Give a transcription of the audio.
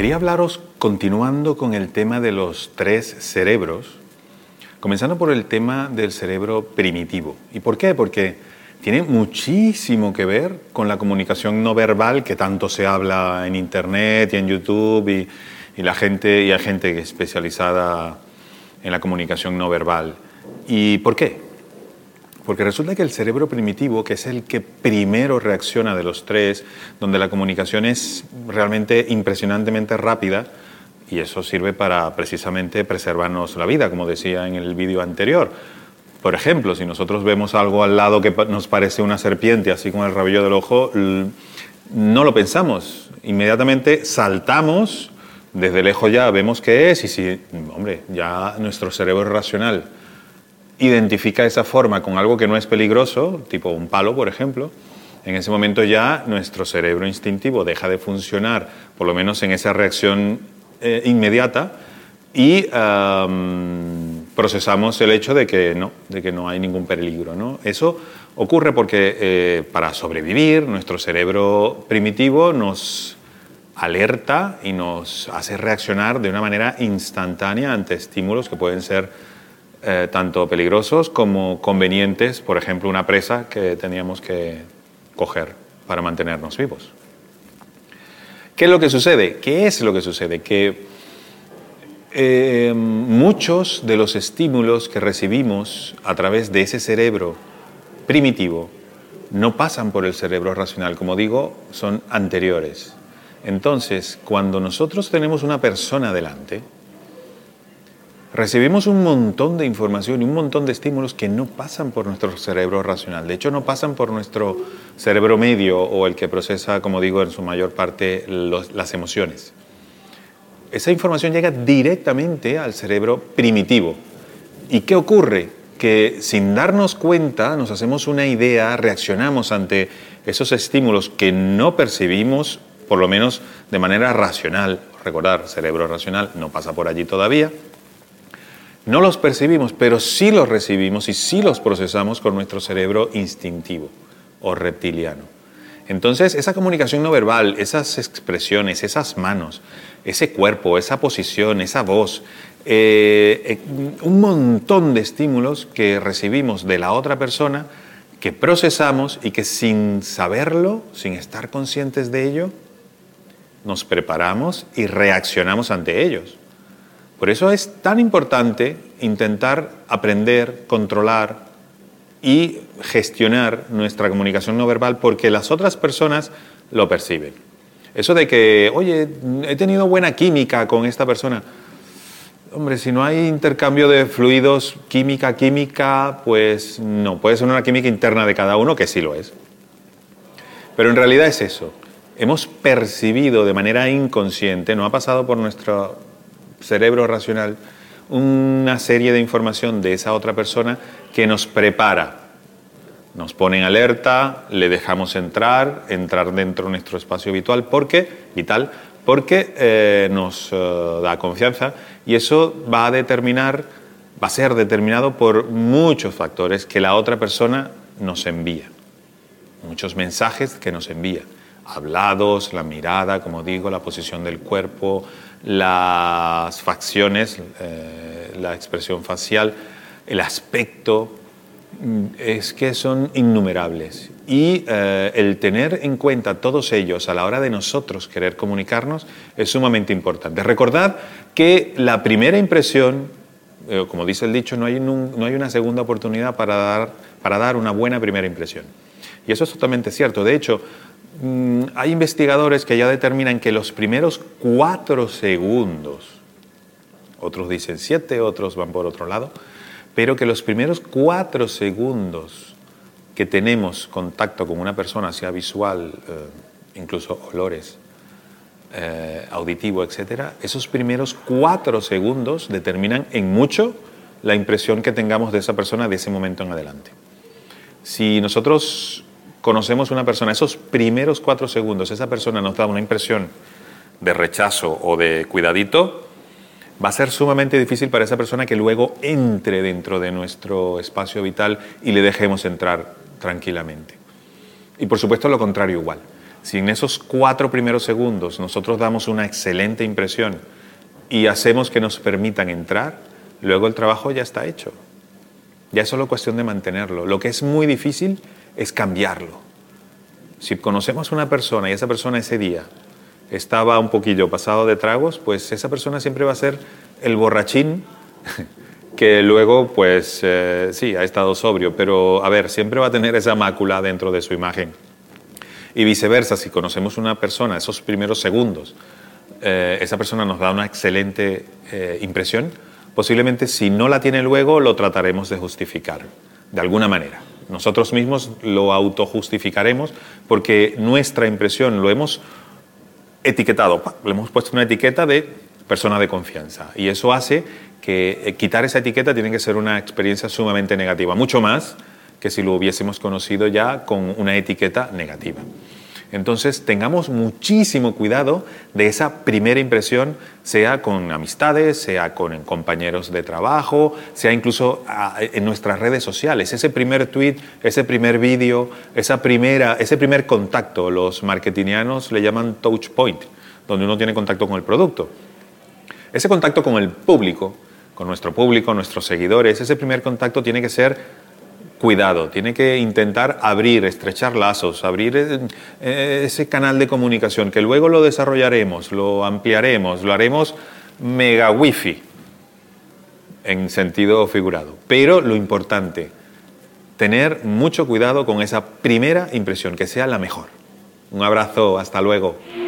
Quería hablaros, continuando con el tema de los tres cerebros, comenzando por el tema del cerebro primitivo. ¿Y por qué? Porque tiene muchísimo que ver con la comunicación no verbal que tanto se habla en Internet y en YouTube y hay gente especializada en la comunicación no verbal. ¿Y por qué? Porque resulta que el cerebro primitivo, que es el que primero reacciona de los tres, donde la comunicación es realmente impresionantemente rápida, y eso sirve para precisamente preservarnos la vida, como decía en el vídeo anterior. Por ejemplo, si nosotros vemos algo al lado que nos parece una serpiente, así con el rabillo del ojo, no lo pensamos. Inmediatamente saltamos, desde lejos ya vemos qué es, y si, hombre, ya nuestro cerebro racional identifica esa forma con algo que no es peligroso, tipo un palo, por ejemplo, en ese momento ya nuestro cerebro instintivo deja de funcionar, por lo menos en esa reacción inmediata, y procesamos el hecho de que no hay ningún peligro, ¿no? Eso ocurre porque para sobrevivir nuestro cerebro primitivo nos alerta y nos hace reaccionar de una manera instantánea ante estímulos que pueden ser tanto peligrosos como convenientes, por ejemplo, una presa que teníamos que coger para mantenernos vivos. ¿Qué es lo que sucede? ¿Qué es lo que sucede? Que muchos de los estímulos que recibimos a través de ese cerebro primitivo no pasan por el cerebro racional, como digo, son anteriores. Entonces, cuando nosotros tenemos una persona delante, recibimos un montón de información y un montón de estímulos que no pasan por nuestro cerebro racional. De hecho, no pasan por nuestro cerebro medio o el que procesa, como digo, en su mayor parte las emociones. Esa información llega directamente al cerebro primitivo. ¿Y qué ocurre? Que sin darnos cuenta nos hacemos una idea, reaccionamos ante esos estímulos que no percibimos, por lo menos de manera racional. Recordar, cerebro racional no pasa por allí todavía. No los percibimos, pero sí los recibimos y sí los procesamos con nuestro cerebro instintivo o reptiliano. Entonces, esa comunicación no verbal, esas expresiones, esas manos, ese cuerpo, esa posición, esa voz, un montón de estímulos que recibimos de la otra persona, que procesamos y que sin saberlo, sin estar conscientes de ello, nos preparamos y reaccionamos ante ellos. Por eso es tan importante intentar aprender, controlar y gestionar nuestra comunicación no verbal, porque las otras personas lo perciben. Eso de que, oye, he tenido buena química con esta persona. Hombre, si no hay intercambio de fluidos química, pues no. Puede ser una química interna de cada uno, que sí lo es. Pero en realidad es eso. Hemos percibido de manera inconsciente, no ha pasado por nuestro cerebro racional, una serie de información de esa otra persona que nos prepara. Nos pone en alerta, le dejamos entrar dentro de nuestro espacio vital porque nos da confianza, y eso va a ser determinado por muchos factores que la otra persona nos envía. Muchos mensajes que nos envía. Hablados, la mirada, como digo, la posición del cuerpo, las facciones, la expresión facial, el aspecto, es que son innumerables. Y el tener en cuenta todos ellos a la hora de nosotros querer comunicarnos es sumamente importante. Recordad que la primera impresión, como dice el dicho, no hay una segunda oportunidad para dar una buena primera impresión. Y eso es totalmente cierto. De hecho, hay investigadores que ya determinan que los primeros 4 segundos, otros dicen 7, otros van por otro lado, pero que los primeros 4 segundos que tenemos contacto con una persona, sea visual, incluso olores, auditivo, etc., esos primeros 4 segundos determinan en mucho la impresión que tengamos de esa persona de ese momento en adelante. Si nosotros conocemos una persona, esos primeros 4 segundos, esa persona nos da una impresión de rechazo o de cuidadito, va a ser sumamente difícil para esa persona que luego entre dentro de nuestro espacio vital y le dejemos entrar tranquilamente. Y por supuesto lo contrario igual. Si en esos 4 primeros segundos nosotros damos una excelente impresión y hacemos que nos permitan entrar, luego el trabajo ya está hecho. Ya es solo cuestión de mantenerlo. Lo que es muy difícil es cambiarlo. Si conocemos a una persona y esa persona ese día estaba un poquillo pasado de tragos, pues esa persona siempre va a ser el borrachín que luego, pues sí, ha estado sobrio, pero a ver, siempre va a tener esa mácula dentro de su imagen. Y viceversa, si conocemos a una persona esos primeros segundos, esa persona nos da una excelente impresión, posiblemente si no la tiene luego lo trataremos de justificar, de alguna manera. Nosotros mismos lo autojustificaremos porque nuestra impresión lo hemos etiquetado, le hemos puesto una etiqueta de persona de confianza y eso hace que quitar esa etiqueta tiene que ser una experiencia sumamente negativa, mucho más que si lo hubiésemos conocido ya con una etiqueta negativa. Entonces, tengamos muchísimo cuidado de esa primera impresión, sea con amistades, sea con compañeros de trabajo, sea incluso en nuestras redes sociales. Ese primer tweet, ese primer vídeo, ese primer contacto, los marketingianos le llaman touch point, donde uno tiene contacto con el producto. Ese contacto con el público, con nuestro público, nuestros seguidores, ese primer contacto tiene que ser cuidado, tiene que intentar estrechar lazos, abrir ese canal de comunicación que luego lo desarrollaremos, lo ampliaremos, lo haremos mega wifi en sentido figurado. Pero lo importante, tener mucho cuidado con esa primera impresión, que sea la mejor. Un abrazo, hasta luego.